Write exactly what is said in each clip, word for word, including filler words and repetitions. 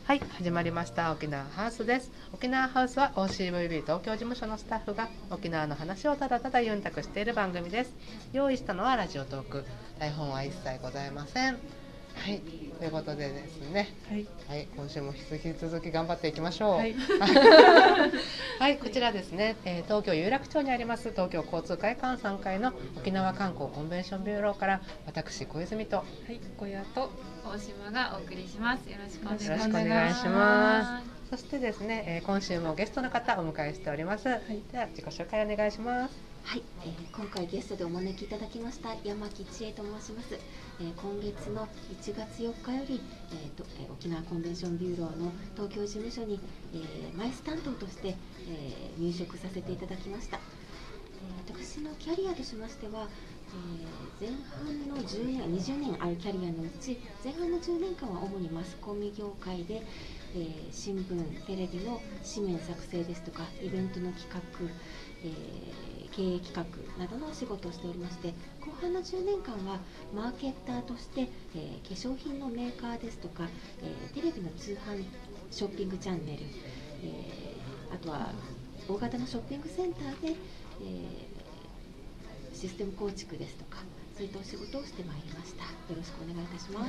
はい、始まりました沖縄ハウスです。沖縄ハウスは オーシーブイビー 東京事務所のスタッフが沖縄の話をただただユンタクしている番組です。用意したのはラジオトーク、台本は一切ございません。はい、ということでですね、はい、はい、今週も引き続き頑張っていきましょう。はい、はい、こちらですね、えー、東京有楽町にあります東京交通会館さんがいの沖縄観光コンベンションビューローから私小泉と、はい、 小屋と大島がお送りします。よろしくお願いします。 よろしくお願いします。そしてですね、えー、今週もゲストの方をお迎えしております。はい、では自己紹介お願いします。 はい、えー、今回ゲストでお招きいただきました山木千恵と申します。えー、今月のいちがつよっかより、えーとえー、沖縄コンベンションビューローの東京事務所に、えー、マイス担当として、えー、入職させていただきました。えー、私のキャリアとしましては、えー、前半のじゅうねん、にじゅうねんあるキャリアのうち前半のじゅうねんかんは主にマスコミ業界で、えー、新聞、テレビの紙面作成ですとかイベントの企画、えー、経営企画などの仕事をしておりまして、後半のじゅうねんかんはマーケッターとして、えー、化粧品のメーカーですとか、えー、テレビの通販ショッピングチャンネル、えー、あとは大型のショッピングセンターで、えーシステム構築ですとか、そういったお仕事をしてまいりました。よろしくお願いいたします。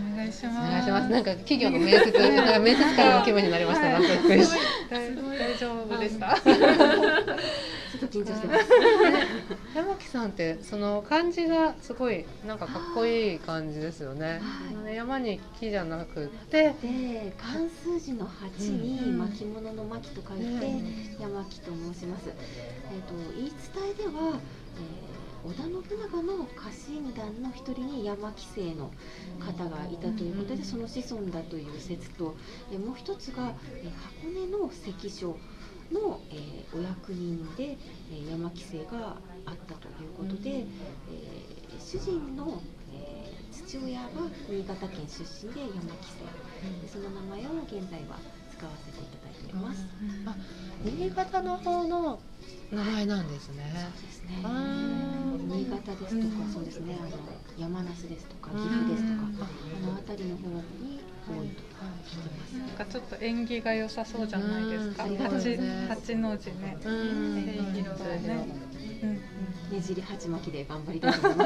お願いします。 お願いします。なんか企業の面接、なんか面接官の気分になりました。なんか大丈夫でした。ちょっと緊張してます。 山木さんってその漢字がすごいなんかかっこいい感じですよね。はい、山に木じゃなくて、 で漢数字のはちに巻物の巻と書いて、うん、山木と申します。えっと言い伝えでは。えー、織田信長の家臣団の一人に山木姓の方がいたということで、その子孫だという説と、えー、もう一つが、えー、箱根の関所の、えー、お役人で、えー、山木姓があったということで、えー、主人の、えー、父親は新潟県出身で山木姓で、その名前を現在は使わせていただいております。 あ、新潟の方の名前なんですね。 そうですね。新潟ですとか、そうですね。あの山梨ですとか、岐阜ですとか、あの辺りの方に多いと聞きます。 なんかちょっと縁起が良さそうじゃないですか。八八の字ね。縁起の字ね。 ねじり鉢巻きで頑張りたいと思います。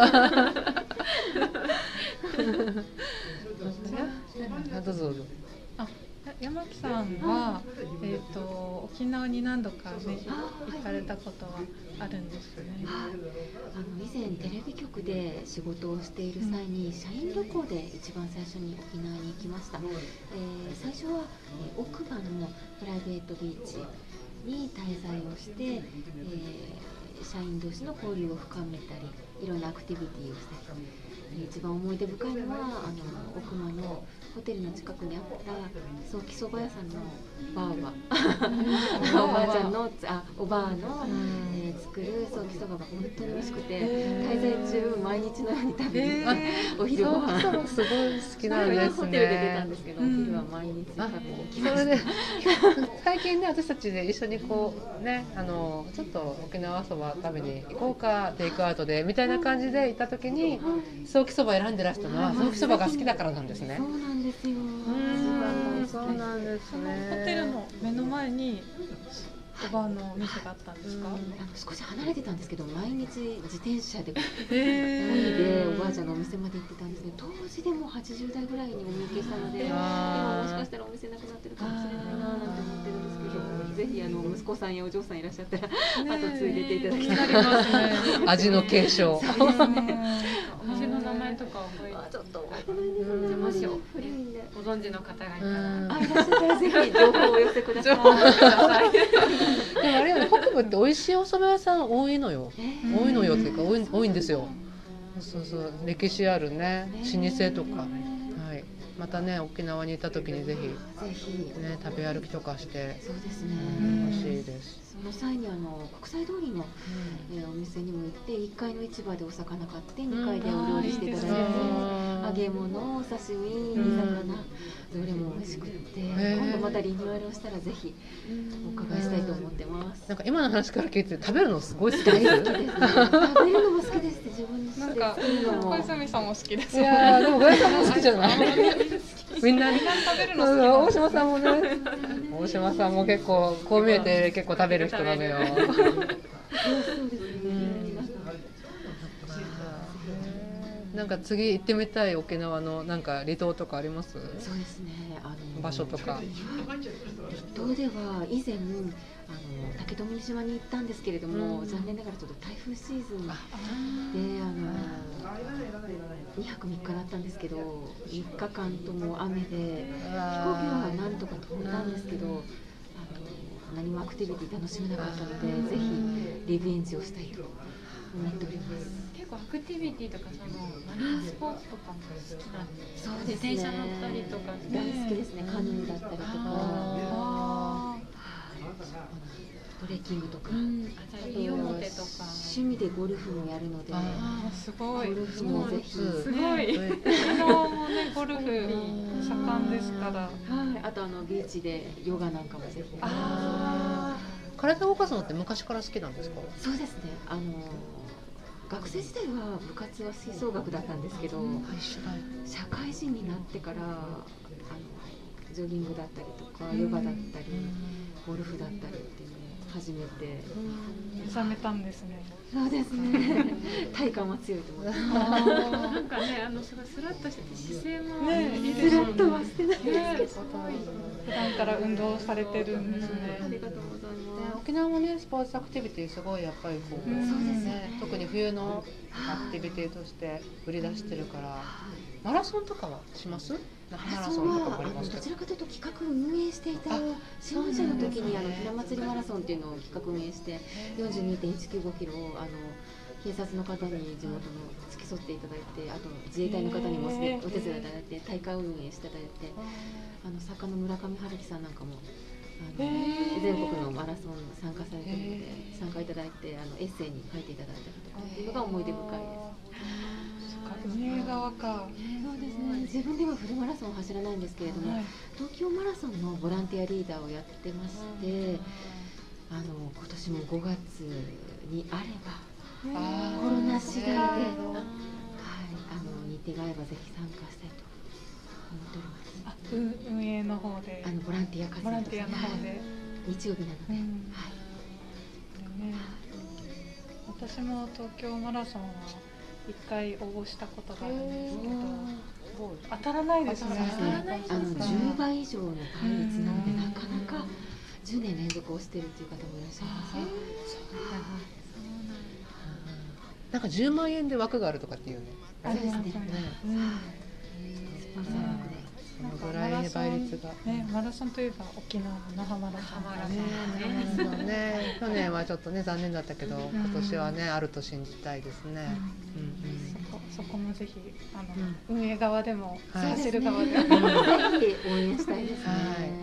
どうぞどうぞ。 山木さんは、えー、と沖縄に何度か、ね、行かれたことはあるんですよね。 あの以前テレビ局で仕事をしている際に、うん、社員旅行で一番最初に沖縄に行きました。えー、最初は、えー、奥歯のプライベートビーチに滞在をして、えー、社員同士の交流を深めたり、いろんなアクティビティをしたり、一番思い出深いのはあの奥間のホテルの近くにあったソーキそば屋さんのバーバおばあちゃんのあおばあの、えー、作るソーキそばが本当に美味しくて、滞在中毎日のように食べて、えー、お昼ご飯ソーキそばすごい好きなんですね。 ホテルで出たんですけど、お昼は毎日食べに来ました。それで最近ね、私たちで一緒にこうね、あのちょっと沖縄そば食べに行こうか、テイクアウトでみたいな感じで行った時に、ソーキそば選んでらしたのはソーキそばが好きだからなんですね。 そうなんですよ。 そうなんですね。 ホテルの目の前におばあのお店があったんですか？ あの少し離れてたんですけど、毎日自転車でこいでおばあちゃんのお店まで行ってたんですけど、当時でもはちじゅうだいぐらいにお見受けしたので、今もしかしたらお店なくなってるかもしれないななんて思ってるんですけど、ぜひあの息子さんやお嬢さんいらっしゃったら、あと継いでていただきたいますね。 味の継承。 お店の名前とか覚えてちょっとごめんね、ごめんなさい。古いんでご存知の方がいたら、 あ、いらっしゃったらぜひ情報をお寄せください。 でもあれよね、北部って美味しいお蕎麦屋さん多いのよ、えー、多いのよっていうか多い、多いんですよ。そうそう、歴史あるね、老舗とか、はい、またね沖縄に行った時にぜひ、 ぜひね、食べ歩きとかして、 そうですね、 欲しいです。 その際にあの国際通りの、うんえー、お店にも行って、いっかいの市場でお魚買って、にかいでお料理していただいて、うん、揚げ物、お刺身、煮魚、どれも美味しくって、今度またリニューアルをしたらぜひお伺いしたいと思ってます。 なんか今の話から聞いて食べるのすごい好きです。 大好きですね。食べるのも好きですって自分になんか小泉さんも好きです。 いやでも小泉さんも好きじゃない。 好みんなみんな食べるのそうそう大好き島さんもね大島さんも結構こう見えて結構食べる人なのよ。なんか次行ってみたい沖縄のなんか離島とかあります？ そうですね。あの場所とか。 離島では以前あの竹富島に行ったんですけれども、うん、残念ながらちょっと台風シーズンであのにはくみっかだったんですけど、みっかかんとも雨で飛行機はなんとか飛んだんですけど、あの何もアクティビティ楽しめなかったので、ぜひリベンジをしたいと思っております。 結構アクティビティとかそのマリンスポーツとかも好きなんで、 そうですね、 自転車乗ったりとか、 大好きですね。カヌーだったりとか、トレッキングとか、うん、 あと西表とか趣味でゴルフもやるので、 あーすごい、 ゴルフもぜひ、 すごい、沖縄もねゴルフ盛んですから、はい、 あとあのビーチでヨガなんかもぜひ。 あー、体を動かすのって昔から好きなんですか？ そうですね。あの学生時代は部活は吹奏楽だったんですけど、社会人になってからあのジョギングだったりとかヨガだったりゴルフだったりっていうのを始めて目覚めたんですね。 そうですね。体幹は強いと思います。 なんかね、あのすごいスラッとしてて姿勢もね、いいスラッとはしてないですけど、 普段から運動されてるんですね。 ありがとうございます。 沖縄もねスポーツアクティビティすごいやっぱりこう、 そうですね、 特に冬のアクティビティとして売り出してるから、マラソンとかはします？ マラソンはあのどちらかというと企画運営していた新聞社の時にあのひな祭りマラソンっていうのを企画運営して よんじゅうにてんいちきゅうごキロをあの警察の方に地元の付き添っていただいて、あと自衛隊の方にもお手伝いいただいて大会運営していただいて、あの作家の村上春樹さんなんかもあの全国のマラソン参加されているので参加いただいて、あのエッセイに書いていただいたりとかっていうのが思い出深いです。 運営側か。 そうですね。自分ではフルマラソンを走らないんですけれども、はい、東京マラソンのボランティアリーダーをやってまして、あの今年もごがつにあればコロナ次第で、はい、あの日程が合えばぜひ参加したいと思っております。 あ、う運営の方で、 あのボランティア活動、 ボランティアの方で、 日曜日なので、うん、はい。 ね、私も東京マラソンはいっかい応募したことがあるんですけど、当たらないですね。 あのじゅうばい以上の倍率なので、なかなかじゅうねん連続押してるという方もいらっしゃいます。 なんかじゅうまんえんで枠があるとかっていうね。 そうですね。 そのぐらい倍率が。 ね、マラソンといえば沖縄の那覇マラソンね。ね、去年はちょっとね残念だったけど、今年はねあると信じたいですね。 そこそこもぜひあの運営側でも走る側でもぜひ応援したいですね。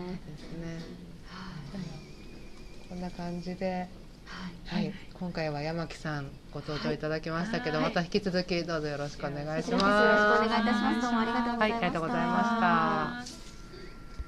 こんな感じで。はい、今回は山木さんご登場いただきましたけど、また引き続きどうぞよろしくお願いします。 よろしくお願いいたします。どうもありがとうございました。 はい、ありがとうございました。